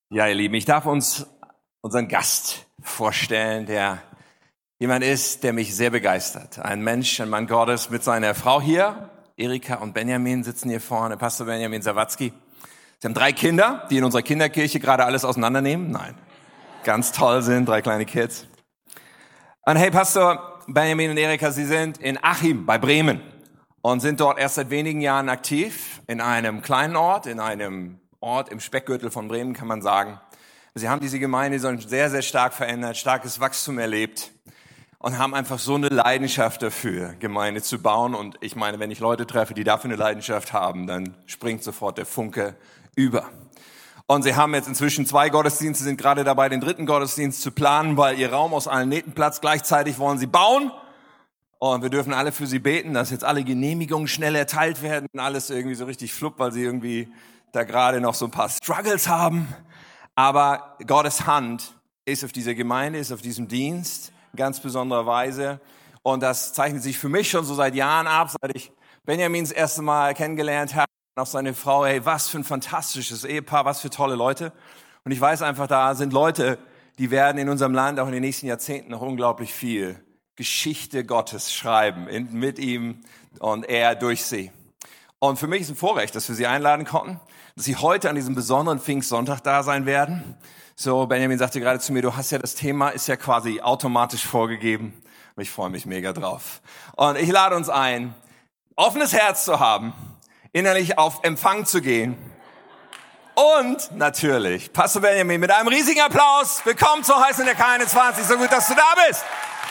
Ja, ihr Lieben, ich darf uns unseren Gast vorstellen, der jemand ist, der mich sehr begeistert. Ein Mensch, ein Mann Gottes mit seiner Frau hier. Erika und Benjamin sitzen hier vorne, Pastor Benjamin Sawatzki. Sie haben 3 Kinder, die in unserer Kinderkirche gerade alles auseinandernehmen. Nein, ganz toll sind, 3 kleine Kids. Und hey, Pastor Benjamin und Erika, Sie sind in Achim bei Bremen und sind dort erst seit wenigen Jahren aktiv in einem kleinen Ort, in einem Ort im Speckgürtel von Bremen, kann man sagen. Sie haben diese Gemeinde sehr, sehr stark verändert, starkes Wachstum erlebt und haben einfach so eine Leidenschaft dafür, Gemeinde zu bauen. Und ich meine, wenn ich Leute treffe, die dafür eine Leidenschaft haben, dann springt sofort der Funke über. Und sie haben jetzt inzwischen 2 Gottesdienste, sind gerade dabei, den 3. Gottesdienst zu planen, weil ihr Raum aus allen Nähten platzt. Gleichzeitig wollen sie bauen. Und wir dürfen alle für sie beten, dass jetzt alle Genehmigungen schnell erteilt werden und alles irgendwie so richtig fluppt, weil sie irgendwie da gerade noch so ein paar Struggles haben. Aber Gottes Hand ist auf dieser Gemeinde, ist auf diesem Dienst in ganz besonderer Weise. Und das zeichnet sich für mich schon so seit Jahren ab, seit ich Benjamin das erste Mal kennengelernt habe und auch seine Frau. Hey, was für ein fantastisches Ehepaar, was für tolle Leute. Und ich weiß einfach, da sind Leute, die werden in unserem Land auch in den nächsten Jahrzehnten noch unglaublich viel Geschichte Gottes schreiben, mit ihm und er durch sie. Und für mich ist ein Vorrecht, dass wir sie einladen konnten, dass sie heute an diesem besonderen Pfingstsonntag da sein werden. So, Benjamin sagte gerade zu mir, du hast ja das Thema, ist ja quasi automatisch vorgegeben. Ich freue mich mega drauf. Und ich lade uns ein, offenes Herz zu haben, innerlich auf Empfang zu gehen. Und natürlich, Pastor Benjamin, mit einem riesigen Applaus, willkommen zu Heißen der K21, so gut, dass du da bist.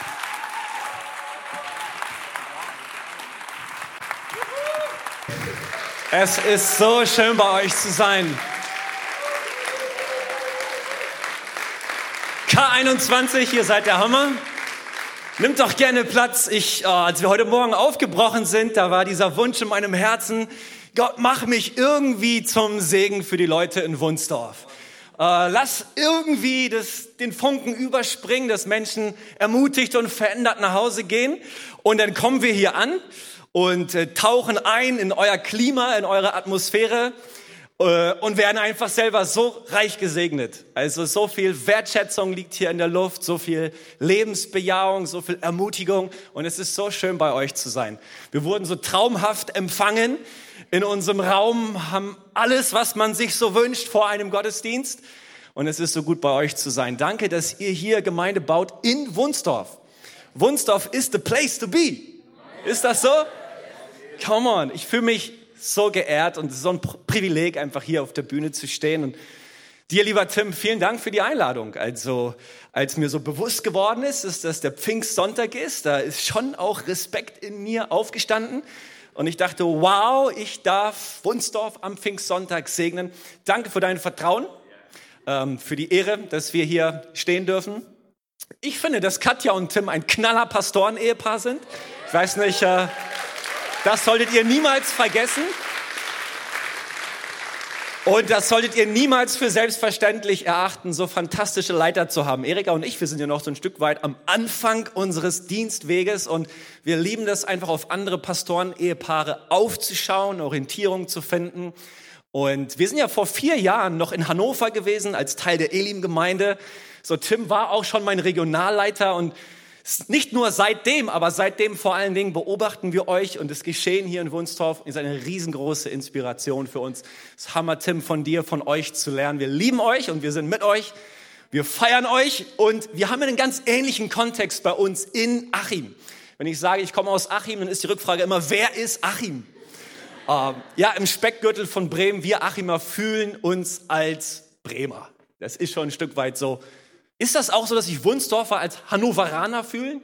Es ist so schön, bei euch zu sein. K21, ihr seid der Hammer. Nimmt doch gerne Platz. Als wir heute Morgen aufgebrochen sind, da war dieser Wunsch in meinem Herzen, Gott, mach mich irgendwie zum Segen für die Leute in Wunsdorf. Lass irgendwie den Funken überspringen, dass Menschen ermutigt und verändert nach Hause gehen. Und dann kommen wir hier an und tauchen ein in euer Klima, in eure Atmosphäre und werden einfach selber so reich gesegnet. Also so viel Wertschätzung liegt hier in der Luft, so viel Lebensbejahung, so viel Ermutigung und es ist so schön, bei euch zu sein. Wir wurden so traumhaft empfangen in unserem Raum, haben alles, was man sich so wünscht vor einem Gottesdienst und es ist so gut, bei euch zu sein. Danke, dass ihr hier Gemeinde baut in Wunsdorf. Wunsdorf is the place to be. Ist das so? Come on, ich fühle mich so geehrt und es ist so ein Privileg, einfach hier auf der Bühne zu stehen. Und dir, lieber Tim, vielen Dank für die Einladung. Also, als mir so bewusst geworden ist, dass das der Pfingstsonntag ist, da ist schon auch Respekt in mir aufgestanden. Und ich dachte, wow, ich darf Wunsdorf am Pfingstsonntag segnen. Danke für dein Vertrauen, für die Ehre, dass wir hier stehen dürfen. Ich finde, dass Katja und Tim ein knaller Pastoren-Ehepaar sind. Ich weiß nicht, das solltet ihr niemals vergessen. Und das solltet ihr niemals für selbstverständlich erachten, so fantastische Leiter zu haben. Erika und ich, wir sind ja noch so ein Stück weit am Anfang unseres Dienstweges und wir lieben das einfach, auf andere Pastoren-Ehepaare aufzuschauen, Orientierung zu finden. Und wir sind ja vor 4 Jahren noch in Hannover gewesen, als Teil der Elim-Gemeinde. So, Tim war auch schon mein Regionalleiter und nicht nur seitdem, aber seitdem vor allen Dingen beobachten wir euch und das Geschehen hier in Wunsdorf ist eine riesengroße Inspiration für uns. Es ist Hammer, Tim, von dir, von euch zu lernen. Wir lieben euch und wir sind mit euch. Wir feiern euch und wir haben einen ganz ähnlichen Kontext bei uns in Achim. Wenn ich sage, ich komme aus Achim, dann ist die Rückfrage immer, wer ist Achim? Ja, im Speckgürtel von Bremen, wir Achimer fühlen uns als Bremer. Das ist schon ein Stück weit so. Ist das auch so, dass sich Wunsdorfer als Hannoveraner fühlen?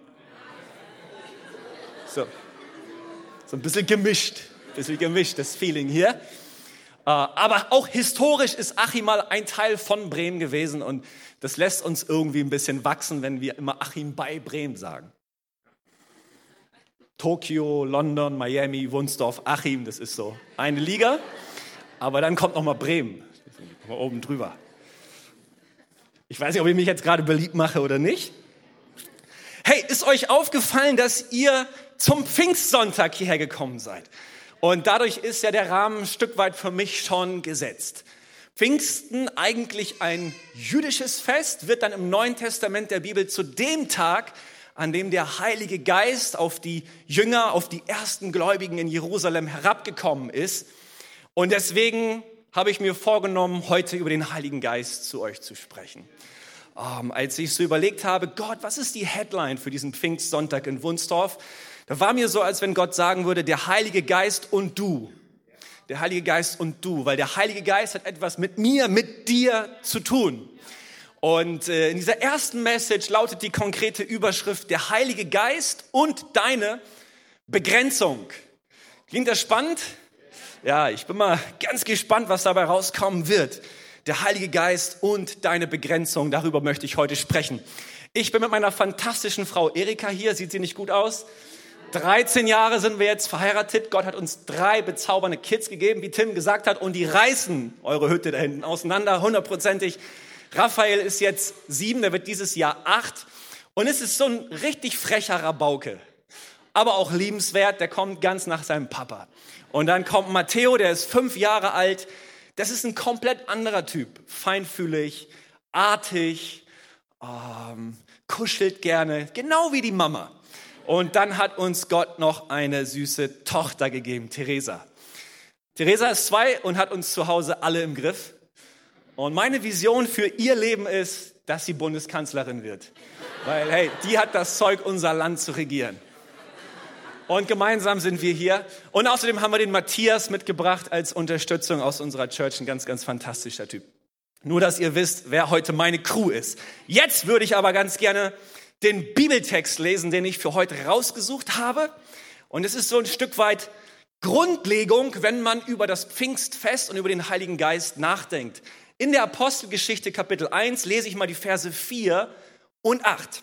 So ein bisschen gemischt, das Feeling hier. Aber auch historisch ist Achim mal ein Teil von Bremen gewesen und das lässt uns irgendwie ein bisschen wachsen, wenn wir immer Achim bei Bremen sagen. Tokio, London, Miami, Wunsdorf, Achim, das ist so eine Liga. Aber dann kommt noch mal Bremen, mal oben drüber. Ich weiß nicht, ob ich mich jetzt gerade beliebt mache oder nicht. Hey, ist euch aufgefallen, dass ihr zum Pfingstsonntag hierher gekommen seid? Und dadurch ist ja der Rahmen ein Stück weit für mich schon gesetzt. Pfingsten eigentlich ein jüdisches Fest, wird dann im Neuen Testament der Bibel zu dem Tag, an dem der Heilige Geist auf die Jünger, auf die ersten Gläubigen in Jerusalem herabgekommen ist. Und deswegen habe ich mir vorgenommen, heute über den Heiligen Geist zu euch zu sprechen. Als ich so überlegt habe, Gott, was ist die Headline für diesen Pfingstsonntag in Wunstorf? Da war mir so, als wenn Gott sagen würde, der Heilige Geist und du. Der Heilige Geist und du, weil der Heilige Geist hat etwas mit mir, mit dir zu tun. Und in dieser ersten Message lautet die konkrete Überschrift, der Heilige Geist und deine Begrenzung. Klingt das spannend? Ja, ich bin mal ganz gespannt, was dabei rauskommen wird. Der Heilige Geist und deine Begrenzung, darüber möchte ich heute sprechen. Ich bin mit meiner fantastischen Frau Erika hier, sieht sie nicht gut aus? 13 Jahre sind wir jetzt verheiratet. Gott hat uns 3 bezaubernde Kids gegeben, wie Tim gesagt hat, und die reißen eure Hütte da hinten auseinander, 100%. Raphael ist jetzt 7, der wird dieses Jahr 8. Und es ist so ein richtig frecher Rabauke, aber auch liebenswert, der kommt ganz nach seinem Papa. Und dann kommt Matteo, der ist 5 Jahre alt. Das ist ein komplett anderer Typ, feinfühlig, artig, kuschelt gerne, genau wie die Mama. Und dann hat uns Gott noch eine süße Tochter gegeben, Theresa. Theresa ist 2 und hat uns zu Hause alle im Griff. Und meine Vision für ihr Leben ist, dass sie Bundeskanzlerin wird. Weil, hey, die hat das Zeug, unser Land zu regieren. Und gemeinsam sind wir hier. Und außerdem haben wir den Matthias mitgebracht als Unterstützung aus unserer Church. Ein ganz, ganz fantastischer Typ. Nur, dass ihr wisst, wer heute meine Crew ist. Jetzt würde ich aber ganz gerne den Bibeltext lesen, den ich für heute rausgesucht habe. Und es ist so ein Stück weit Grundlegung, wenn man über das Pfingstfest und über den Heiligen Geist nachdenkt. In der Apostelgeschichte Kapitel 1 lese ich mal die Verse 4 und 8.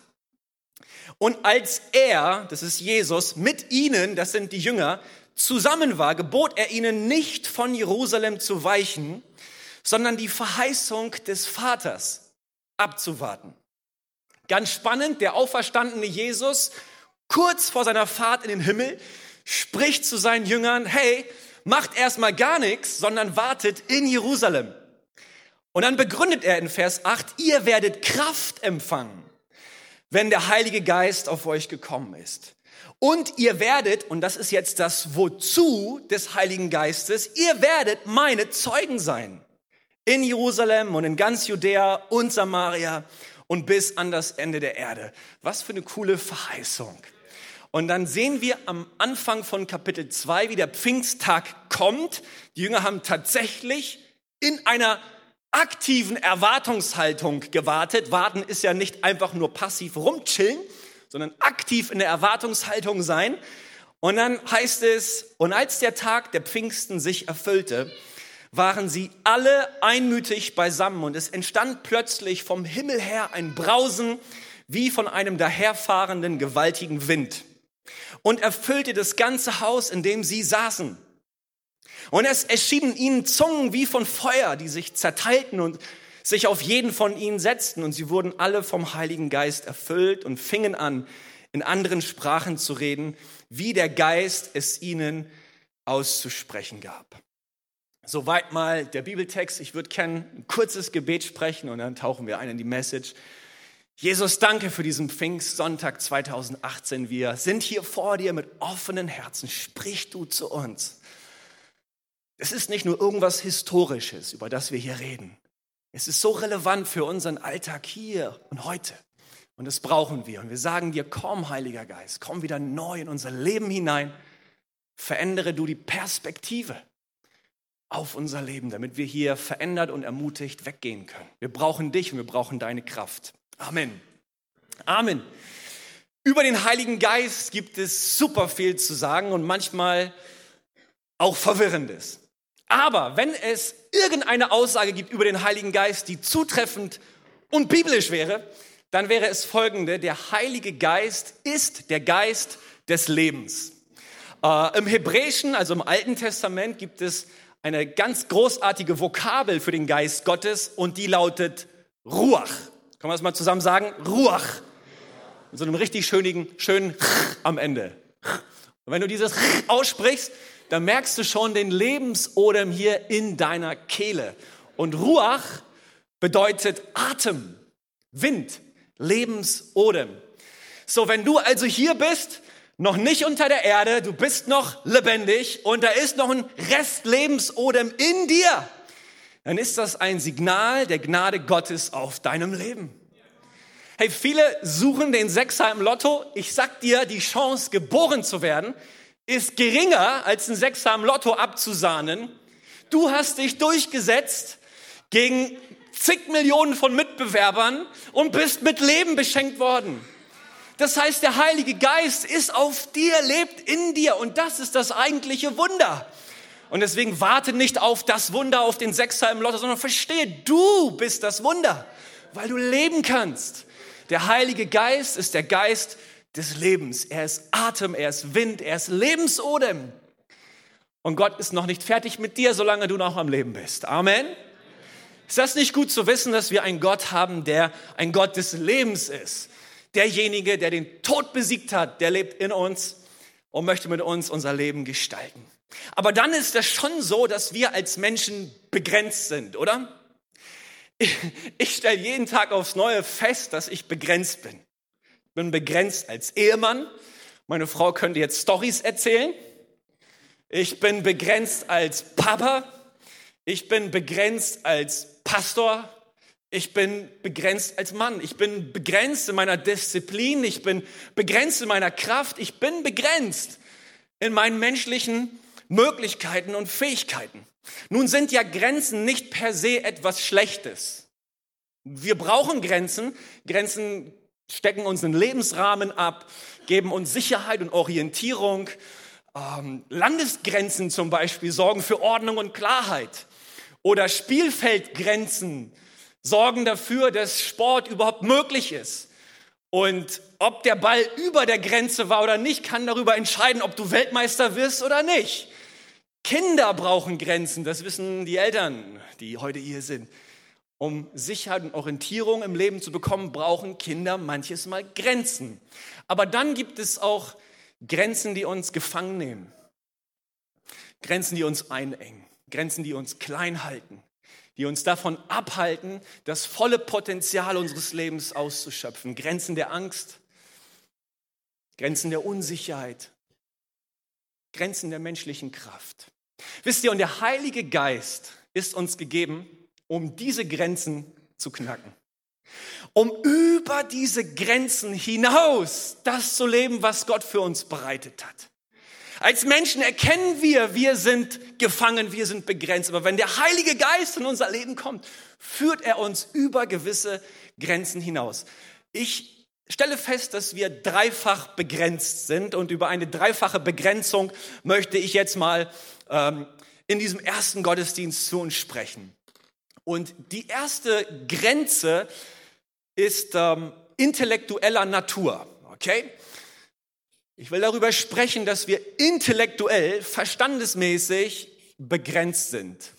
Und als er, das ist Jesus, mit ihnen, das sind die Jünger, zusammen war, gebot er ihnen nicht von Jerusalem zu weichen, sondern die Verheißung des Vaters abzuwarten. Ganz spannend, der auferstandene Jesus, kurz vor seiner Fahrt in den Himmel, spricht zu seinen Jüngern, hey, macht erstmal gar nichts, sondern wartet in Jerusalem. Und dann begründet er in Vers 8, ihr werdet Kraft empfangen, wenn der Heilige Geist auf euch gekommen ist. Und ihr werdet, und das ist jetzt das Wozu des Heiligen Geistes, ihr werdet meine Zeugen sein. In Jerusalem und in ganz Judäa und Samaria und bis an das Ende der Erde. Was für eine coole Verheißung. Und dann sehen wir am Anfang von Kapitel 2, wie der Pfingsttag kommt. Die Jünger haben tatsächlich in einer aktiven Erwartungshaltung gewartet. Warten ist ja nicht einfach nur passiv rumchillen, sondern aktiv in der Erwartungshaltung sein. Und dann heißt es, und als der Tag der Pfingsten sich erfüllte, waren sie alle einmütig beisammen und es entstand plötzlich vom Himmel her ein Brausen wie von einem daherfahrenden gewaltigen Wind und erfüllte das ganze Haus, in dem sie saßen. Und es erschienen ihnen Zungen wie von Feuer, die sich zerteilten und sich auf jeden von ihnen setzten. Und sie wurden alle vom Heiligen Geist erfüllt und fingen an, in anderen Sprachen zu reden, wie der Geist es ihnen auszusprechen gab. Soweit mal der Bibeltext. Ich würde gerne ein kurzes Gebet sprechen und dann tauchen wir ein in die Message. Jesus, danke für diesen Pfingstsonntag 2018. Wir sind hier vor dir mit offenen Herzen. Sprich du zu uns. Es ist nicht nur irgendwas Historisches, über das wir hier reden. Es ist so relevant für unseren Alltag hier und heute. Und das brauchen wir. Und wir sagen dir, komm, Heiliger Geist, komm wieder neu in unser Leben hinein. Verändere du die Perspektive auf unser Leben, damit wir hier verändert und ermutigt weggehen können. Wir brauchen dich und wir brauchen deine Kraft. Amen. Amen. Über den Heiligen Geist gibt es super viel zu sagen und manchmal auch Verwirrendes. Aber wenn es irgendeine Aussage gibt über den Heiligen Geist, die zutreffend und biblisch wäre, dann wäre es folgende: Der Heilige Geist ist der Geist des Lebens. Im Hebräischen, also im Alten Testament, gibt es eine ganz großartige Vokabel für den Geist Gottes und die lautet Ruach. Können wir das mal zusammen sagen? Ruach. Mit so einem richtig schönen am Ende. Und wenn du dieses aussprichst, dann merkst du schon den Lebensodem hier in deiner Kehle. Und Ruach bedeutet Atem, Wind, Lebensodem. So, wenn du also hier bist, noch nicht unter der Erde, du bist noch lebendig und da ist noch ein Rest Lebensodem in dir, dann ist das ein Signal der Gnade Gottes auf deinem Leben. Hey, viele suchen den Sechser im Lotto. Ich sag dir, die Chance, geboren zu werden, ist geringer, als einen Sechser im Lotto abzusahnen. Du hast dich durchgesetzt gegen zig Millionen von Mitbewerbern und bist mit Leben beschenkt worden. Das heißt, der Heilige Geist ist auf dir, lebt in dir und das ist das eigentliche Wunder. Und deswegen warte nicht auf das Wunder, auf den Sechser im Lotto, sondern verstehe, du bist das Wunder, weil du leben kannst. Der Heilige Geist ist der Geist des Lebens. Er ist Atem, er ist Wind, er ist Lebensodem. Und Gott ist noch nicht fertig mit dir, solange du noch am Leben bist. Amen. Ist das nicht gut zu wissen, dass wir einen Gott haben, der ein Gott des Lebens ist? Derjenige, der den Tod besiegt hat, der lebt in uns und möchte mit uns unser Leben gestalten. Aber dann ist es schon so, dass wir als Menschen begrenzt sind, oder? Ich stelle jeden Tag aufs Neue fest, dass ich begrenzt bin. Ich bin begrenzt als Ehemann. Meine Frau könnte jetzt Storys erzählen. Ich bin begrenzt als Papa. Ich bin begrenzt als Pastor. Ich bin begrenzt als Mann. Ich bin begrenzt in meiner Disziplin. Ich bin begrenzt in meiner Kraft. Ich bin begrenzt in meinen menschlichen Möglichkeiten und Fähigkeiten. Nun sind ja Grenzen nicht per se etwas Schlechtes. Wir brauchen Grenzen. Grenzen stecken uns einen Lebensrahmen ab, geben uns Sicherheit und Orientierung. Landesgrenzen zum Beispiel sorgen für Ordnung und Klarheit. Oder Spielfeldgrenzen sorgen dafür, dass Sport überhaupt möglich ist. Und ob der Ball über der Grenze war oder nicht, kann darüber entscheiden, ob du Weltmeister wirst oder nicht. Kinder brauchen Grenzen, das wissen die Eltern, die heute hier sind. Um Sicherheit und Orientierung im Leben zu bekommen, brauchen Kinder manches Mal Grenzen. Aber dann gibt es auch Grenzen, die uns gefangen nehmen. Grenzen, die uns einengen. Grenzen, die uns klein halten. Die uns davon abhalten, das volle Potenzial unseres Lebens auszuschöpfen. Grenzen der Angst, Grenzen der Unsicherheit, Grenzen der menschlichen Kraft. Wisst ihr, und der Heilige Geist ist uns gegeben, um diese Grenzen zu knacken. Um über diese Grenzen hinaus das zu leben, was Gott für uns bereitet hat. Als Menschen erkennen wir sind gefangen, wir sind begrenzt. Aber wenn der Heilige Geist in unser Leben kommt, führt er uns über gewisse Grenzen hinaus. Ich stelle fest, dass wir dreifach begrenzt sind. Und über eine dreifache Begrenzung möchte ich jetzt mal in diesem ersten Gottesdienst zu uns sprechen. Und die erste Grenze ist intellektueller Natur. Okay? Ich will darüber sprechen, dass wir intellektuell, verstandesmäßig begrenzt sind.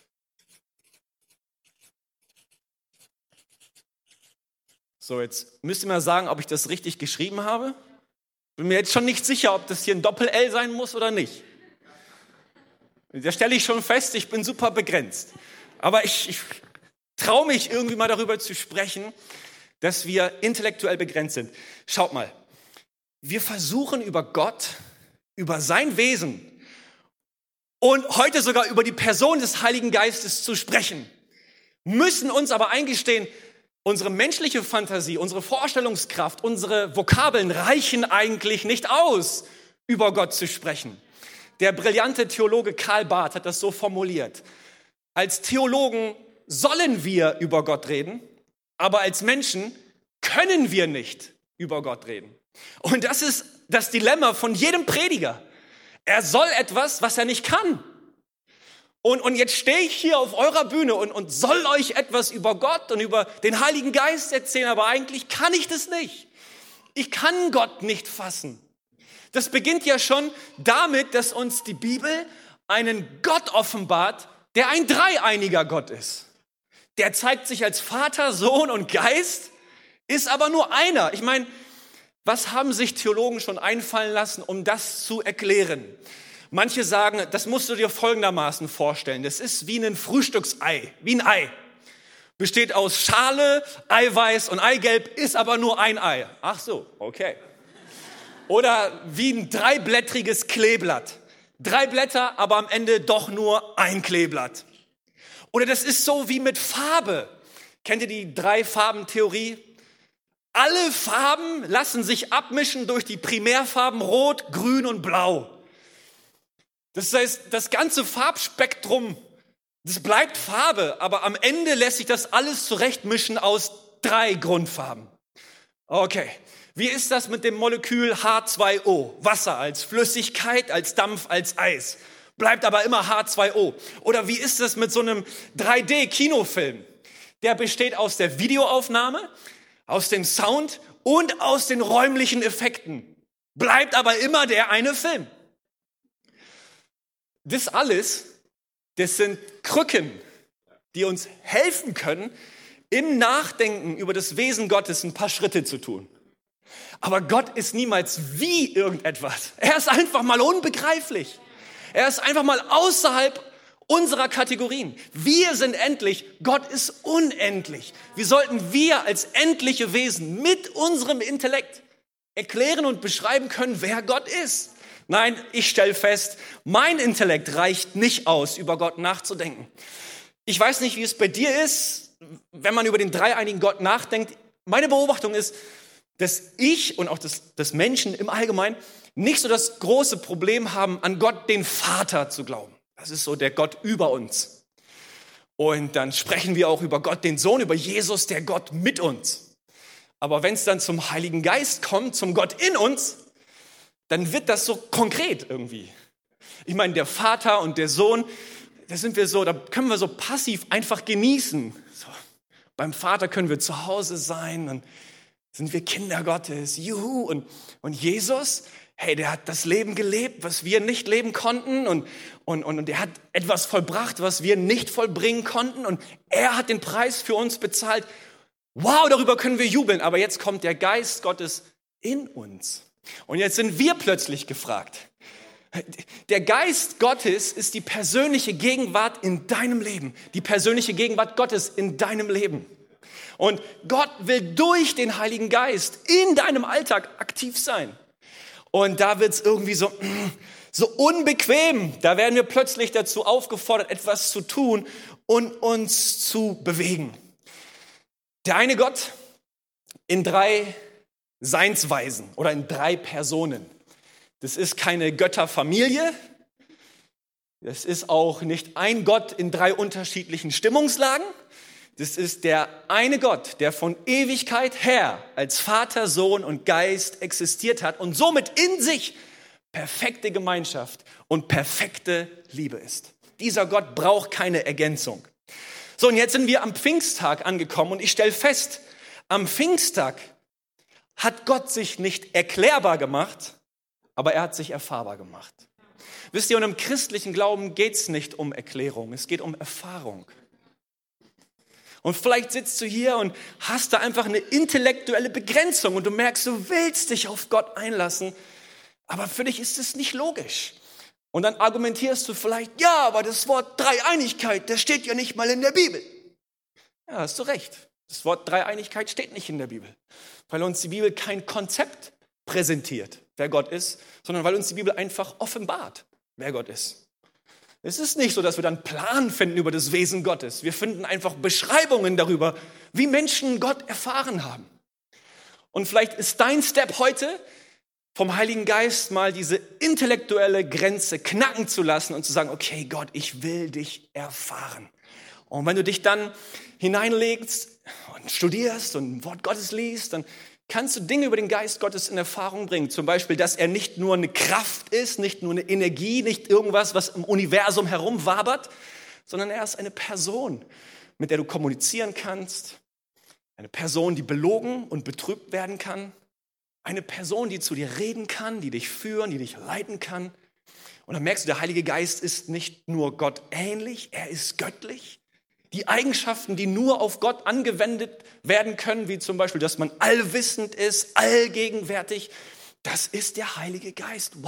So, jetzt müsst ihr mal sagen, ob ich das richtig geschrieben habe. Bin mir jetzt schon nicht sicher, ob das hier ein Doppel-L sein muss oder nicht. Da stelle ich schon fest, ich bin super begrenzt. Aber ich traue mich irgendwie mal darüber zu sprechen, dass wir intellektuell begrenzt sind. Schaut mal. Wir versuchen über Gott, über sein Wesen und heute sogar über die Person des Heiligen Geistes zu sprechen, müssen uns aber eingestehen, unsere menschliche Fantasie, unsere Vorstellungskraft, unsere Vokabeln reichen eigentlich nicht aus, über Gott zu sprechen. Der brillante Theologe Karl Barth hat das so formuliert. Als Theologen sollen wir über Gott reden, aber als Menschen können wir nicht über Gott reden. Und das ist das Dilemma von jedem Prediger. Er soll etwas, was er nicht kann. Und jetzt stehe ich hier auf eurer Bühne und soll euch etwas über Gott und über den Heiligen Geist erzählen, aber eigentlich kann ich das nicht. Ich kann Gott nicht fassen. Das beginnt ja schon damit, dass uns die Bibel einen Gott offenbart, der ein dreieiniger Gott ist. Der zeigt sich als Vater, Sohn und Geist, ist aber nur einer. Ich meine, was haben sich Theologen schon einfallen lassen, um das zu erklären? Manche sagen, das musst du dir folgendermaßen vorstellen. Das ist wie ein Frühstücksei, wie ein Ei. Besteht aus Schale, Eiweiß und Eigelb, ist aber nur ein Ei. Ach so, okay. Oder wie ein dreiblättriges Kleeblatt. 3 Blätter, aber am Ende doch nur ein Kleeblatt. Oder das ist so wie mit Farbe. Kennt ihr die 3-Farben-Theorie? Alle Farben lassen sich abmischen durch die Primärfarben Rot, Grün und Blau. Das heißt, das ganze Farbspektrum, das bleibt Farbe, aber am Ende lässt sich das alles zurechtmischen aus 3 Grundfarben. Okay, wie ist das mit dem Molekül H2O? Wasser als Flüssigkeit, als Dampf, als Eis. Bleibt aber immer H2O. Oder wie ist es mit so einem 3D-Kinofilm? Der besteht aus der Videoaufnahme, aus dem Sound und aus den räumlichen Effekten. Bleibt aber immer der eine Film. Das alles, das sind Krücken, die uns helfen können, im Nachdenken über das Wesen Gottes ein paar Schritte zu tun. Aber Gott ist niemals wie irgendetwas. Er ist einfach mal unbegreiflich. Er ist einfach mal außerhalb unserer Kategorien. Wir sind endlich, Gott ist unendlich. Wie sollten wir als endliche Wesen mit unserem Intellekt erklären und beschreiben können, wer Gott ist? Nein, ich stelle fest, mein Intellekt reicht nicht aus, über Gott nachzudenken. Ich weiß nicht, wie es bei dir ist, wenn man über den dreieinigen Gott nachdenkt. Meine Beobachtung ist, dass ich und auch das Menschen im Allgemeinen nicht so das große Problem haben, an Gott, den Vater, zu glauben. Das ist so der Gott über uns. Und dann sprechen wir auch über Gott, den Sohn, über Jesus, der Gott mit uns. Aber wenn es dann zum Heiligen Geist kommt, zum Gott in uns, dann wird das so konkret irgendwie. Ich meine, der Vater und der Sohn, da können wir so passiv einfach genießen. So, beim Vater können wir zu Hause sein, dann sind wir Kinder Gottes, juhu. Und Jesus, hey, der hat das Leben gelebt, was wir nicht leben konnten. Und er hat etwas vollbracht, was wir nicht vollbringen konnten. Und er hat den Preis für uns bezahlt. Wow, darüber können wir jubeln. Aber jetzt kommt der Geist Gottes in uns. Und jetzt sind wir plötzlich gefragt. Der Geist Gottes ist die persönliche Gegenwart in deinem Leben. Die persönliche Gegenwart Gottes in deinem Leben. Und Gott will durch den Heiligen Geist in deinem Alltag aktiv sein. Und da wird es irgendwie so unbequem. Da werden wir plötzlich dazu aufgefordert, etwas zu tun und uns zu bewegen. Der eine Gott in 3 Seinsweisen oder in 3 Personen. Das ist keine Götterfamilie. Das ist auch nicht ein Gott in 3 unterschiedlichen Stimmungslagen. Das ist der eine Gott, der von Ewigkeit her als Vater, Sohn und Geist existiert hat und somit in sich perfekte Gemeinschaft und perfekte Liebe ist. Dieser Gott braucht keine Ergänzung. So, und jetzt sind wir am Pfingsttag angekommen und ich stelle fest, am Pfingsttag hat Gott sich nicht erklärbar gemacht, aber er hat sich erfahrbar gemacht. Wisst ihr, und im christlichen Glauben geht es nicht um Erklärung, es geht um Erfahrung. Und vielleicht sitzt du hier und hast da einfach eine intellektuelle Begrenzung und du merkst, du willst dich auf Gott einlassen, aber für dich ist es nicht logisch. Und dann argumentierst du vielleicht, ja, aber das Wort Dreieinigkeit, das steht ja nicht mal in der Bibel. Ja, hast du recht. Das Wort Dreieinigkeit steht nicht in der Bibel, weil uns die Bibel kein Konzept präsentiert, wer Gott ist, sondern weil uns die Bibel einfach offenbart, wer Gott ist. Es ist nicht so, dass wir dann einen Plan finden über das Wesen Gottes. Wir finden einfach Beschreibungen darüber, wie Menschen Gott erfahren haben. Und vielleicht ist dein Step heute, vom Heiligen Geist mal diese intellektuelle Grenze knacken zu lassen und zu sagen, okay Gott, ich will dich erfahren. Und wenn du dich dann hineinlegst und studierst und Wort Gottes liest, dann kannst du Dinge über den Geist Gottes in Erfahrung bringen. Zum Beispiel, dass er nicht nur eine Kraft ist, nicht nur eine Energie, nicht irgendwas, was im Universum herumwabert, sondern er ist eine Person, mit der du kommunizieren kannst. Eine Person, die belogen und betrübt werden kann. Eine Person, die zu dir reden kann, die dich führen, die dich leiten kann. Und dann merkst du, der Heilige Geist ist nicht nur Gott ähnlich, er ist göttlich. Die Eigenschaften, die nur auf Gott angewendet werden können, wie zum Beispiel, dass man allwissend ist, allgegenwärtig, das ist der Heilige Geist. Wow,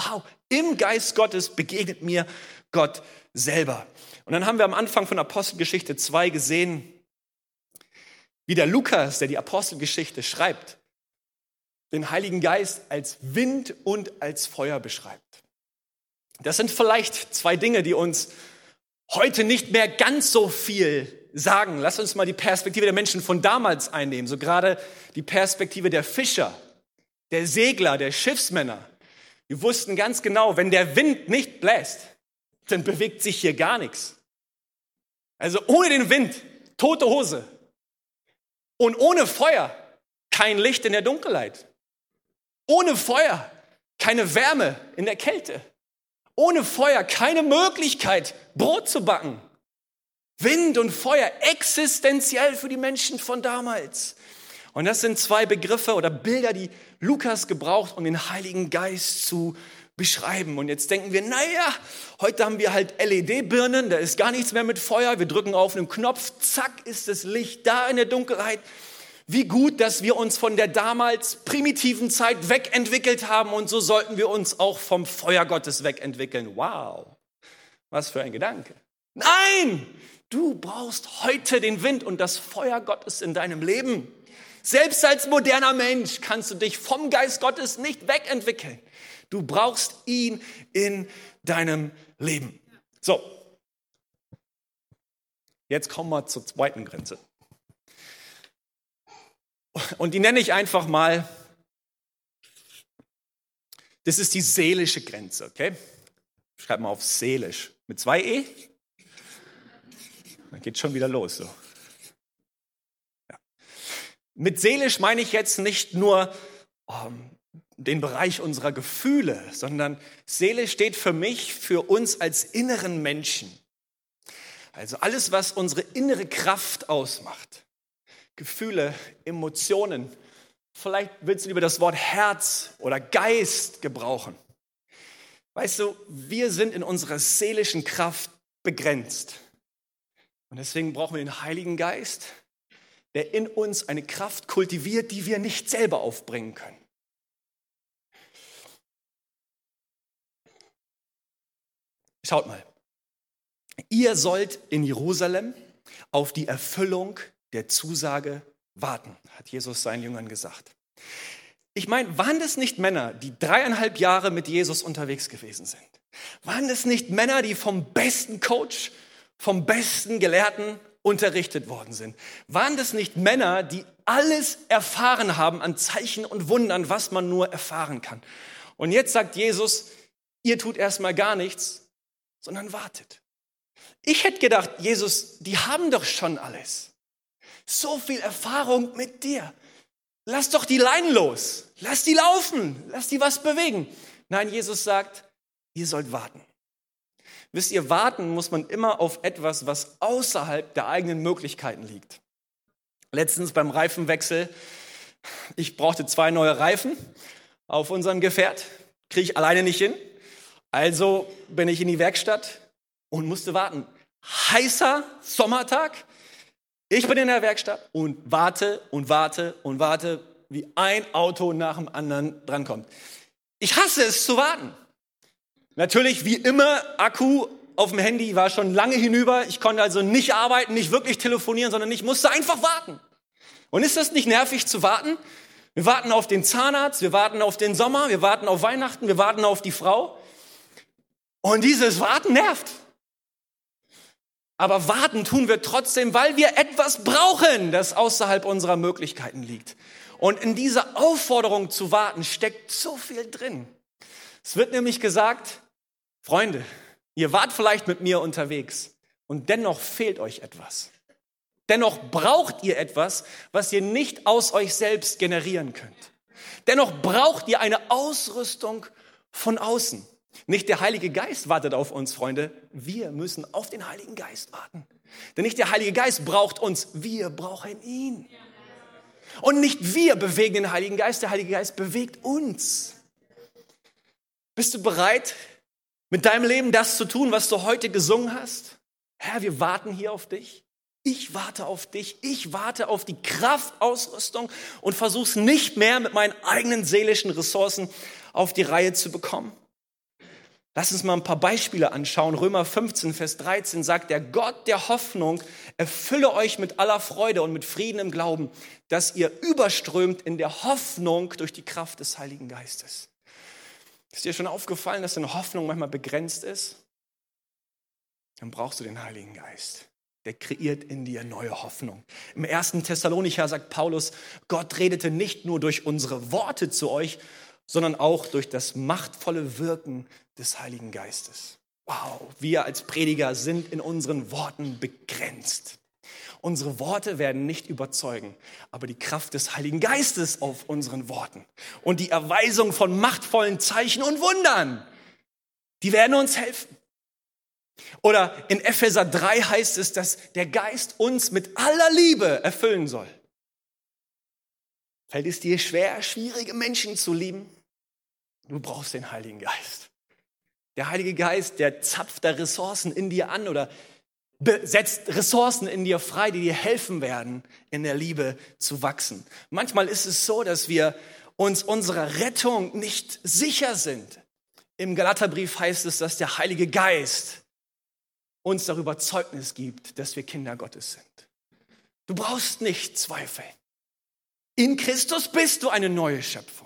Im Geist Gottes begegnet mir Gott selber. Und dann haben wir am Anfang von Apostelgeschichte 2 gesehen, wie der Lukas, der die Apostelgeschichte schreibt, den Heiligen Geist als Wind und als Feuer beschreibt. Das sind vielleicht zwei Dinge, die uns heute nicht mehr ganz so viel sagen. Lass uns mal die Perspektive der Menschen von damals einnehmen, so gerade die Perspektive der Fischer, der Segler, der Schiffsmänner. Die wussten ganz genau, wenn der Wind nicht bläst, dann bewegt sich hier gar nichts. Also ohne den Wind, tote Hose. Und ohne Feuer, kein Licht in der Dunkelheit. Ohne Feuer, keine Wärme in der Kälte. Ohne Feuer, keine Möglichkeit, Brot zu backen. Wind und Feuer, existenziell für die Menschen von damals. Und das sind zwei Begriffe oder Bilder, die Lukas gebraucht, um den Heiligen Geist zu beschreiben. Und jetzt denken wir, naja, heute haben wir halt LED-Birnen, da ist gar nichts mehr mit Feuer. Wir drücken auf einen Knopf, zack, ist das Licht da in der Dunkelheit. Wie gut, dass wir uns von der damals primitiven Zeit wegentwickelt haben und so sollten wir uns auch vom Feuer Gottes wegentwickeln. Wow, was für ein Gedanke. Nein, du brauchst heute den Wind und das Feuer Gottes in deinem Leben. Selbst als moderner Mensch kannst du dich vom Geist Gottes nicht wegentwickeln. Du brauchst ihn in deinem Leben. So, jetzt kommen wir zur zweiten Grenze. Und die nenne ich einfach mal, das ist die seelische Grenze, okay? Schreib mal auf seelisch. Mit 2 E? Dann geht schon wieder los. So. Ja. Mit seelisch meine ich jetzt nicht nur den Bereich unserer Gefühle, sondern Seele steht für mich, für uns als inneren Menschen. Also alles, was unsere innere Kraft ausmacht. Gefühle, Emotionen. Vielleicht willst du lieber das Wort Herz oder Geist gebrauchen. Weißt du, wir sind in unserer seelischen Kraft begrenzt. Und deswegen brauchen wir den Heiligen Geist, der in uns eine Kraft kultiviert, die wir nicht selber aufbringen können. Schaut mal. Ihr sollt in Jerusalem auf die Erfüllung der Zusage warten, hat Jesus seinen Jüngern gesagt. Ich meine, waren das nicht Männer, die 3,5 Jahre mit Jesus unterwegs gewesen sind? Waren das nicht Männer, die vom besten Coach, vom besten Gelehrten unterrichtet worden sind? Waren das nicht Männer, die alles erfahren haben an Zeichen und Wundern, was man nur erfahren kann? Und jetzt sagt Jesus, ihr tut erstmal gar nichts, sondern wartet. Ich hätte gedacht, Jesus, die haben doch schon alles. So viel Erfahrung mit dir. Lass doch die Leinen los. Lass die laufen. Lass die was bewegen. Nein, Jesus sagt, ihr sollt warten. Wisst ihr, warten muss man immer auf etwas, was außerhalb der eigenen Möglichkeiten liegt. Letztens beim Reifenwechsel, ich brauchte 2 neue Reifen auf unserem Gefährt. Kriege ich alleine nicht hin. Also bin ich in die Werkstatt und musste warten. Heißer Sommertag. Ich bin in der Werkstatt und warte, wie ein Auto nach dem anderen drankommt. Ich hasse es zu warten. Natürlich, wie immer, Akku auf dem Handy war schon lange hinüber. Ich konnte also nicht arbeiten, nicht wirklich telefonieren, sondern ich musste einfach warten. Und ist das nicht nervig zu warten? Wir warten auf den Zahnarzt, wir warten auf den Sommer, wir warten auf Weihnachten, wir warten auf die Frau. Und dieses Warten nervt. Aber warten tun wir trotzdem, weil wir etwas brauchen, das außerhalb unserer Möglichkeiten liegt. Und in dieser Aufforderung zu warten steckt so viel drin. Es wird nämlich gesagt, Freunde, ihr wart vielleicht mit mir unterwegs und dennoch fehlt euch etwas. Dennoch braucht ihr etwas, was ihr nicht aus euch selbst generieren könnt. Dennoch braucht ihr eine Ausrüstung von außen. Nicht der Heilige Geist wartet auf uns, Freunde. Wir müssen auf den Heiligen Geist warten. Denn nicht der Heilige Geist braucht uns, wir brauchen ihn. Und nicht wir bewegen den Heiligen Geist, der Heilige Geist bewegt uns. Bist du bereit, mit deinem Leben das zu tun, was du heute gesungen hast? Herr, wir warten hier auf dich. Ich warte auf dich. Ich warte auf die Kraftausrüstung und versuche es nicht mehr mit meinen eigenen seelischen Ressourcen auf die Reihe zu bekommen. Lass uns mal ein paar Beispiele anschauen. Römer 15, Vers 13 sagt, der Gott der Hoffnung erfülle euch mit aller Freude und mit Frieden im Glauben, dass ihr überströmt in der Hoffnung durch die Kraft des Heiligen Geistes. Ist dir schon aufgefallen, dass deine Hoffnung manchmal begrenzt ist? Dann brauchst du den Heiligen Geist. Der kreiert in dir neue Hoffnung. Im 1. Thessalonicher sagt Paulus, Gott redete nicht nur durch unsere Worte zu euch, sondern auch durch das machtvolle Wirken des Heiligen Geistes. Wow, wir als Prediger sind in unseren Worten begrenzt. Unsere Worte werden nicht überzeugen, aber die Kraft des Heiligen Geistes auf unseren Worten und die Erweisung von machtvollen Zeichen und Wundern, die werden uns helfen. Oder in Epheser 3 heißt es, dass der Geist uns mit aller Liebe erfüllen soll. Fällt es dir schwer, schwierige Menschen zu lieben? Du brauchst den Heiligen Geist. Der Heilige Geist, der zapft da Ressourcen in dir an oder setzt Ressourcen in dir frei, die dir helfen werden, in der Liebe zu wachsen. Manchmal ist es so, dass wir uns unserer Rettung nicht sicher sind. Im Galaterbrief heißt es, dass der Heilige Geist uns darüber Zeugnis gibt, dass wir Kinder Gottes sind. Du brauchst nicht zweifeln. In Christus bist du eine neue Schöpfung.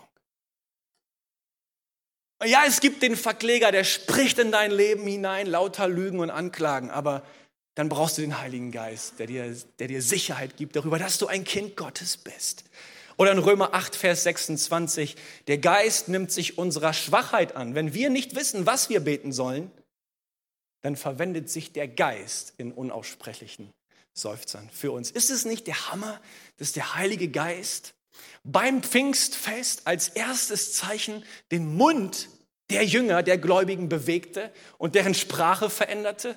Ja, es gibt den Verkläger, der spricht in dein Leben hinein, lauter Lügen und Anklagen, aber dann brauchst du den Heiligen Geist, der dir Sicherheit gibt darüber, dass du ein Kind Gottes bist. Oder in Römer 8, Vers 26, der Geist nimmt sich unserer Schwachheit an. Wenn wir nicht wissen, was wir beten sollen, dann verwendet sich der Geist in unaussprechlichen Seufzern für uns. Ist es nicht der Hammer, dass der Heilige Geist beim Pfingstfest als erstes Zeichen den Mund der Jünger, der Gläubigen bewegte und deren Sprache veränderte?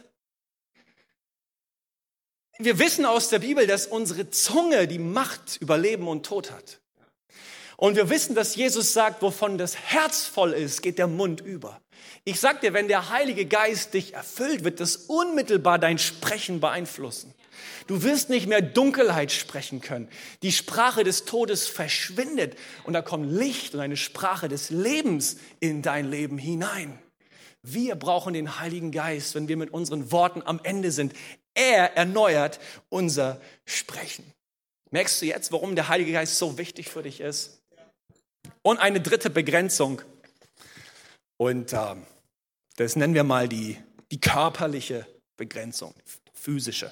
Wir wissen aus der Bibel, dass unsere Zunge die Macht über Leben und Tod hat. Und wir wissen, dass Jesus sagt, wovon das Herz voll ist, geht der Mund über. Ich sag dir, wenn der Heilige Geist dich erfüllt, wird das unmittelbar dein Sprechen beeinflussen. Du wirst nicht mehr Dunkelheit sprechen können. Die Sprache des Todes verschwindet und da kommt Licht und eine Sprache des Lebens in dein Leben hinein. Wir brauchen den Heiligen Geist, wenn wir mit unseren Worten am Ende sind. Er erneuert unser Sprechen. Merkst du jetzt, warum der Heilige Geist so wichtig für dich ist? Und eine dritte Begrenzung. Und das nennen wir mal die körperliche Begrenzung, physische.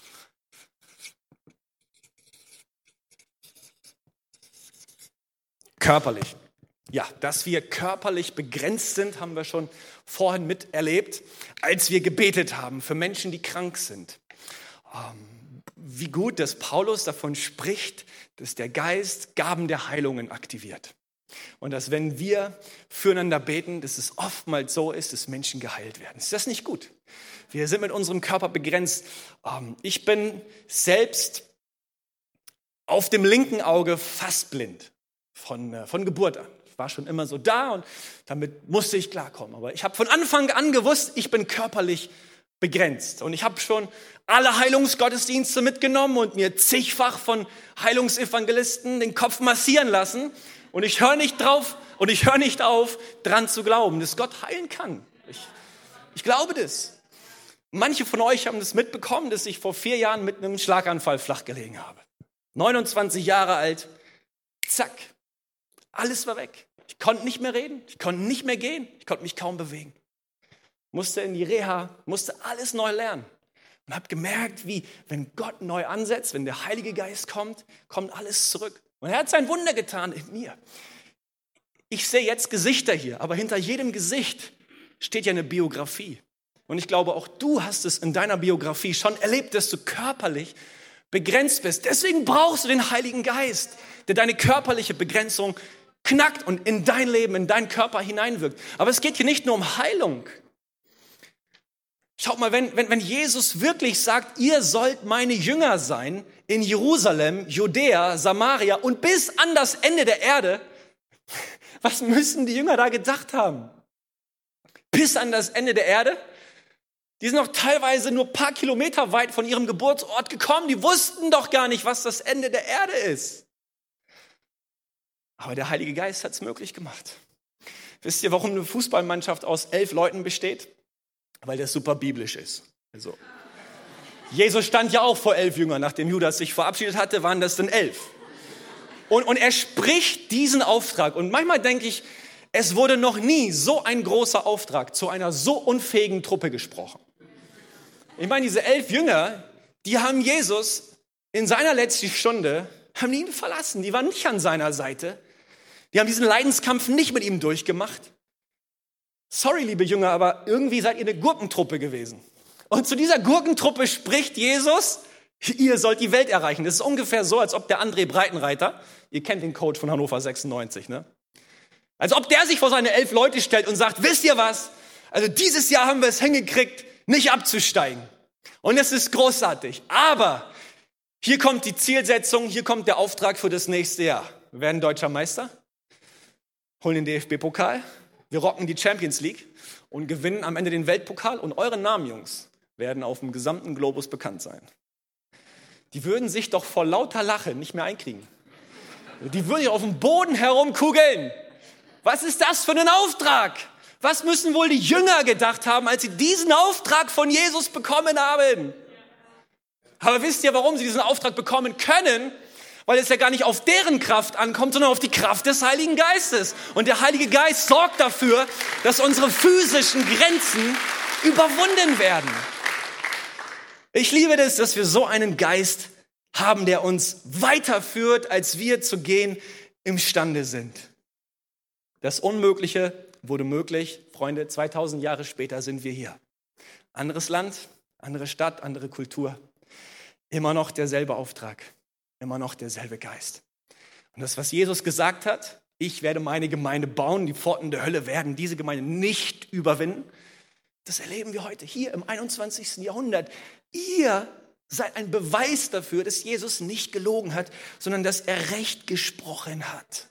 Körperlich. Ja, dass wir körperlich begrenzt sind, haben wir schon vorhin miterlebt, als wir gebetet haben für Menschen, die krank sind. Wie gut, dass Paulus davon spricht, dass der Geist Gaben der Heilungen aktiviert. Und dass wenn wir füreinander beten, dass es oftmals so ist, dass Menschen geheilt werden. Ist das nicht gut? Wir sind mit unserem Körper begrenzt. Ich bin selbst auf dem linken Auge fast blind, von Geburt an. Ich war schon immer so da und damit musste ich klarkommen. Aber ich habe von Anfang an gewusst, ich bin körperlich begrenzt. Und ich habe schon alle Heilungsgottesdienste mitgenommen und mir zigfach von Heilungsevangelisten den Kopf massieren lassen. Und ich höre nicht auf, dran zu glauben, dass Gott heilen kann. Ich glaube das. Manche von euch haben das mitbekommen, dass ich vor 4 Jahren mit einem Schlaganfall flach gelegen habe. 29 Jahre alt, zack, alles war weg. Ich konnte nicht mehr reden, ich konnte nicht mehr gehen, ich konnte mich kaum bewegen. Musste in die Reha, musste alles neu lernen. Und habe gemerkt, wie, wenn Gott neu ansetzt, wenn der Heilige Geist kommt, kommt alles zurück. Und er hat sein Wunder getan in mir. Ich sehe jetzt Gesichter hier, aber hinter jedem Gesicht steht ja eine Biografie. Und ich glaube, auch du hast es in deiner Biografie schon erlebt, dass du körperlich begrenzt bist. Deswegen brauchst du den Heiligen Geist, der deine körperliche Begrenzung knackt und in dein Leben, in deinen Körper hineinwirkt. Aber es geht hier nicht nur um Heilung. Schaut mal, wenn Jesus wirklich sagt, ihr sollt meine Jünger sein in Jerusalem, Judäa, Samaria und bis an das Ende der Erde, was müssen die Jünger da gedacht haben? Bis an das Ende der Erde? Die sind noch teilweise nur ein paar Kilometer weit von ihrem Geburtsort gekommen. Die wussten doch gar nicht, was das Ende der Erde ist. Aber der Heilige Geist hat es möglich gemacht. Wisst ihr, warum eine Fußballmannschaft aus 11 Leuten besteht? Weil das super biblisch ist. Also, Jesus stand ja auch vor 11 Jüngern. Nachdem Judas sich verabschiedet hatte, waren das dann 11. Und er spricht diesen Auftrag. Und manchmal denke ich, es wurde noch nie so ein großer Auftrag zu einer so unfähigen Truppe gesprochen. Ich meine, diese 11 Jünger, die haben Jesus in seiner letzten Stunde, haben ihn verlassen. Die waren nicht an seiner Seite. Die haben diesen Leidenskampf nicht mit ihm durchgemacht. Sorry, liebe Jünger, aber irgendwie seid ihr eine Gurkentruppe gewesen. Und zu dieser Gurkentruppe spricht Jesus, ihr sollt die Welt erreichen. Das ist ungefähr so, als ob der André Breitenreiter, ihr kennt den Coach von Hannover 96, ne? Als ob der sich vor seine 11 Leute stellt und sagt, wisst ihr was? Also dieses Jahr haben wir es hingekriegt, nicht abzusteigen. Und es ist großartig. Aber hier kommt die Zielsetzung, hier kommt der Auftrag für das nächste Jahr. Wir werden deutscher Meister, holen den DFB-Pokal, wir rocken die Champions League und gewinnen am Ende den Weltpokal. Und eure Namen, Jungs, werden auf dem gesamten Globus bekannt sein. Die würden sich doch vor lauter Lache nicht mehr einkriegen. Die würden auf dem Boden herumkugeln. Was ist das für ein Auftrag? Was müssen wohl die Jünger gedacht haben, als sie diesen Auftrag von Jesus bekommen haben? Aber wisst ihr, warum sie diesen Auftrag bekommen können? Weil es ja gar nicht auf deren Kraft ankommt, sondern auf die Kraft des Heiligen Geistes. Und der Heilige Geist sorgt dafür, dass unsere physischen Grenzen überwunden werden. Ich liebe das, dass wir so einen Geist haben, der uns weiterführt, als wir zu gehen imstande sind. Das Unmögliche wurde möglich. Freunde, 2000 Jahre später sind wir hier. Anderes Land, andere Stadt, andere Kultur. Immer noch derselbe Auftrag, immer noch derselbe Geist. Und das, was Jesus gesagt hat, ich werde meine Gemeinde bauen, die Pforten der Hölle werden diese Gemeinde nicht überwinden, das erleben wir heute hier im 21. Jahrhundert. Ihr seid ein Beweis dafür, dass Jesus nicht gelogen hat, sondern dass er Recht gesprochen hat.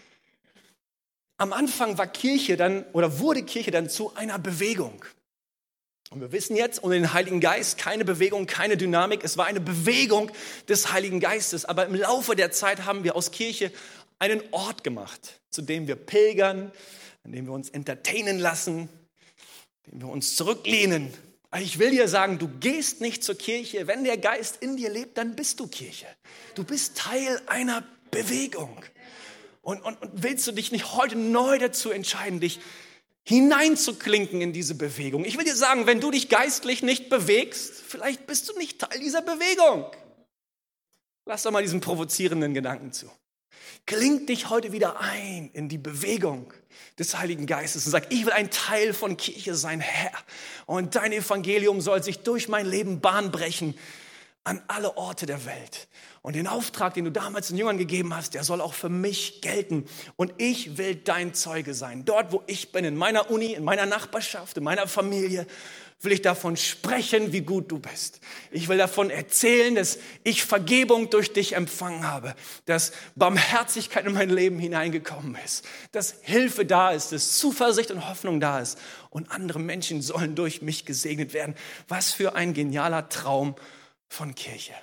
Am Anfang war wurde Kirche dann zu einer Bewegung. Und wir wissen jetzt, ohne den Heiligen Geist, keine Bewegung, keine Dynamik. Es war eine Bewegung des Heiligen Geistes. Aber im Laufe der Zeit haben wir aus Kirche einen Ort gemacht, zu dem wir pilgern, an dem wir uns entertainen lassen, an dem wir uns zurücklehnen. Aber ich will dir sagen, du gehst nicht zur Kirche. Wenn der Geist in dir lebt, dann bist du Kirche. Du bist Teil einer Bewegung. Und willst du dich nicht heute neu dazu entscheiden, dich hineinzuklinken in diese Bewegung? Ich will dir sagen, wenn du dich geistlich nicht bewegst, vielleicht bist du nicht Teil dieser Bewegung. Lass doch mal diesen provozierenden Gedanken zu. Klink dich heute wieder ein in die Bewegung des Heiligen Geistes und sag, ich will ein Teil von Kirche sein, Herr. Und dein Evangelium soll sich durch mein Leben Bahn brechen an alle Orte der Welt. Und den Auftrag, den du damals den Jüngern gegeben hast, der soll auch für mich gelten. Und ich will dein Zeuge sein. Dort, wo ich bin, in meiner Uni, in meiner Nachbarschaft, in meiner Familie, will ich davon sprechen, wie gut du bist. Ich will davon erzählen, dass ich Vergebung durch dich empfangen habe, dass Barmherzigkeit in mein Leben hineingekommen ist, dass Hilfe da ist, dass Zuversicht und Hoffnung da ist. Und andere Menschen sollen durch mich gesegnet werden. Was für ein genialer Traum von Kirche.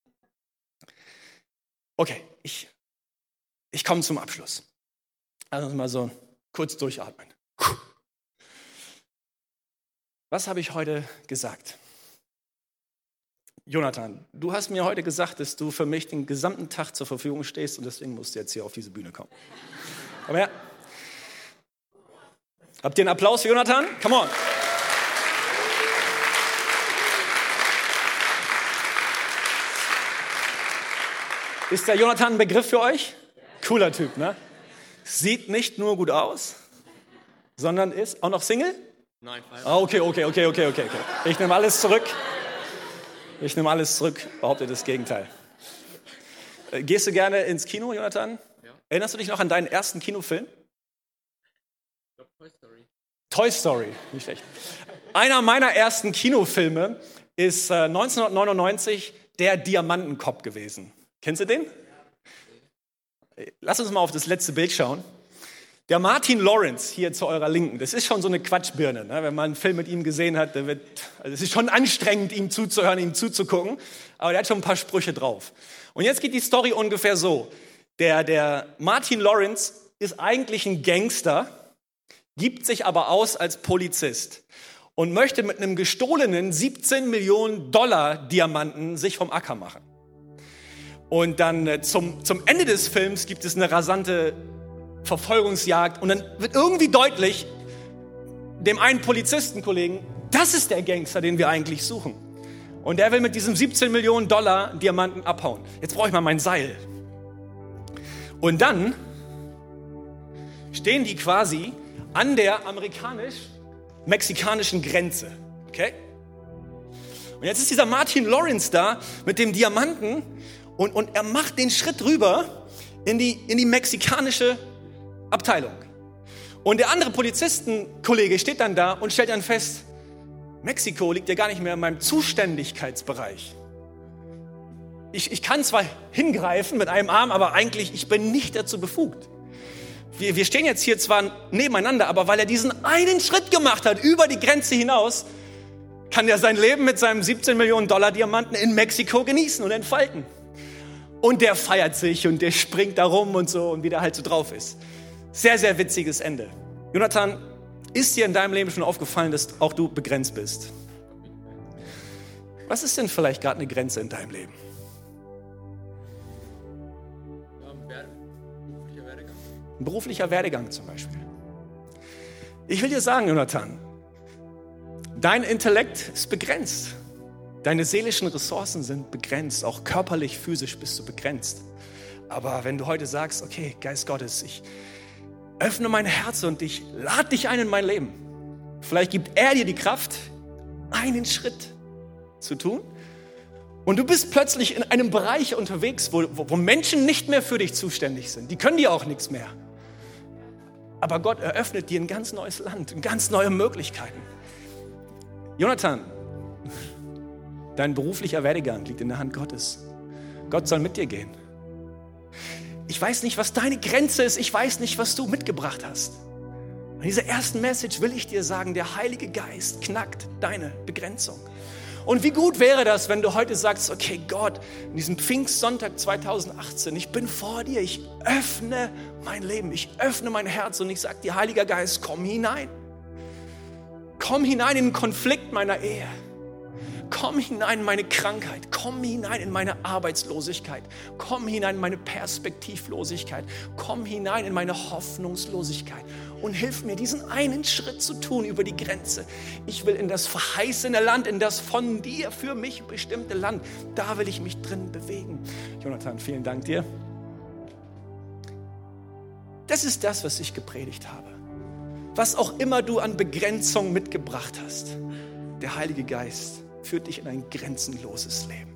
Okay, ich komme zum Abschluss. Also mal so kurz durchatmen. Was habe ich heute gesagt? Jonathan, du hast mir heute gesagt, dass du für mich den gesamten Tag zur Verfügung stehst und deswegen musst du jetzt hier auf diese Bühne kommen. Komm her. Habt ihr einen Applaus für Jonathan? Come on. Ist der Jonathan ein Begriff für euch? Cooler Typ, ne? Sieht nicht nur gut aus, sondern ist auch noch Single? Nein. Okay. Ich nehme alles zurück. Behaupte das Gegenteil. Gehst du gerne ins Kino, Jonathan? Ja. Erinnerst du dich noch an deinen ersten Kinofilm? Ich glaube Toy Story. Toy Story, nicht schlecht. Einer meiner ersten Kinofilme ist 1999 Der Diamantenkopf gewesen. Kennst du den? Lass uns mal auf das letzte Bild schauen. Der Martin Lawrence, hier zu eurer Linken, das ist schon so eine Quatschbirne. Ne? Wenn man einen Film mit ihm gesehen hat, es ist schon anstrengend, ihm zuzuhören, ihm zuzugucken. Aber der hat schon ein paar Sprüche drauf. Und jetzt geht die Story ungefähr so. Der Martin Lawrence ist eigentlich ein Gangster, gibt sich aber aus als Polizist und möchte mit einem gestohlenen 17 Millionen Dollar Diamanten sich vom Acker machen. Und dann zum Ende des Films gibt es eine rasante Verfolgungsjagd und dann wird irgendwie deutlich, dem einen Polizistenkollegen, das ist der Gangster, den wir eigentlich suchen. Und der will mit diesem 17 Millionen Dollar Diamanten abhauen. Jetzt brauche ich mal mein Seil. Und dann stehen die quasi an der amerikanisch-mexikanischen Grenze. Okay? Und jetzt ist dieser Martin Lawrence da mit dem Diamanten und er macht den Schritt rüber in die mexikanische Abteilung. Und der andere Polizistenkollege steht dann da und stellt dann fest, Mexiko liegt ja gar nicht mehr in meinem Zuständigkeitsbereich. Ich kann zwar hingreifen mit einem Arm, aber eigentlich, ich bin nicht dazu befugt. Wir stehen jetzt hier zwar nebeneinander, aber weil er diesen einen Schritt gemacht hat, über die Grenze hinaus, kann er sein Leben mit seinem 17 Millionen Dollar Diamanten in Mexiko genießen und entfalten. Und der feiert sich und der springt da rum und so und wie der halt so drauf ist. Sehr, sehr witziges Ende. Jonathan, ist dir in deinem Leben schon aufgefallen, dass auch du begrenzt bist? Was ist denn vielleicht gerade eine Grenze in deinem Leben? Beruflicher Werdegang. Ein beruflicher Werdegang zum Beispiel. Ich will dir sagen, Jonathan, dein Intellekt ist begrenzt. Deine seelischen Ressourcen sind begrenzt. Auch körperlich, physisch bist du begrenzt. Aber wenn du heute sagst, okay, Geist Gottes, ich öffne mein Herz und ich lade dich ein in mein Leben. Vielleicht gibt er dir die Kraft, einen Schritt zu tun. Und du bist plötzlich in einem Bereich unterwegs, wo Menschen nicht mehr für dich zuständig sind. Die können dir auch nichts mehr. Aber Gott eröffnet dir ein ganz neues Land, ganz neue Möglichkeiten. Jonathan, dein beruflicher Werdegang liegt in der Hand Gottes. Gott soll mit dir gehen. Ich weiß nicht, was deine Grenze ist. Ich weiß nicht, was du mitgebracht hast. In dieser ersten Message will ich dir sagen, der Heilige Geist knackt deine Begrenzung. Und wie gut wäre das, wenn du heute sagst, okay Gott, in diesem Pfingstsonntag 2018, ich bin vor dir, ich öffne mein Leben, ich öffne mein Herz und ich sage dir, Heiliger Geist, komm hinein. Komm hinein in den Konflikt meiner Ehe. Komm hinein in meine Krankheit, komm hinein in meine Arbeitslosigkeit, komm hinein in meine Perspektivlosigkeit, komm hinein in meine Hoffnungslosigkeit und hilf mir, diesen einen Schritt zu tun über die Grenze. Ich will in das verheißene Land, in das von dir für mich bestimmte Land, da will ich mich drin bewegen. Jonathan, vielen Dank dir. Das ist das, was ich gepredigt habe. Was auch immer du an Begrenzung mitgebracht hast, der Heilige Geist führt dich in ein grenzenloses Leben.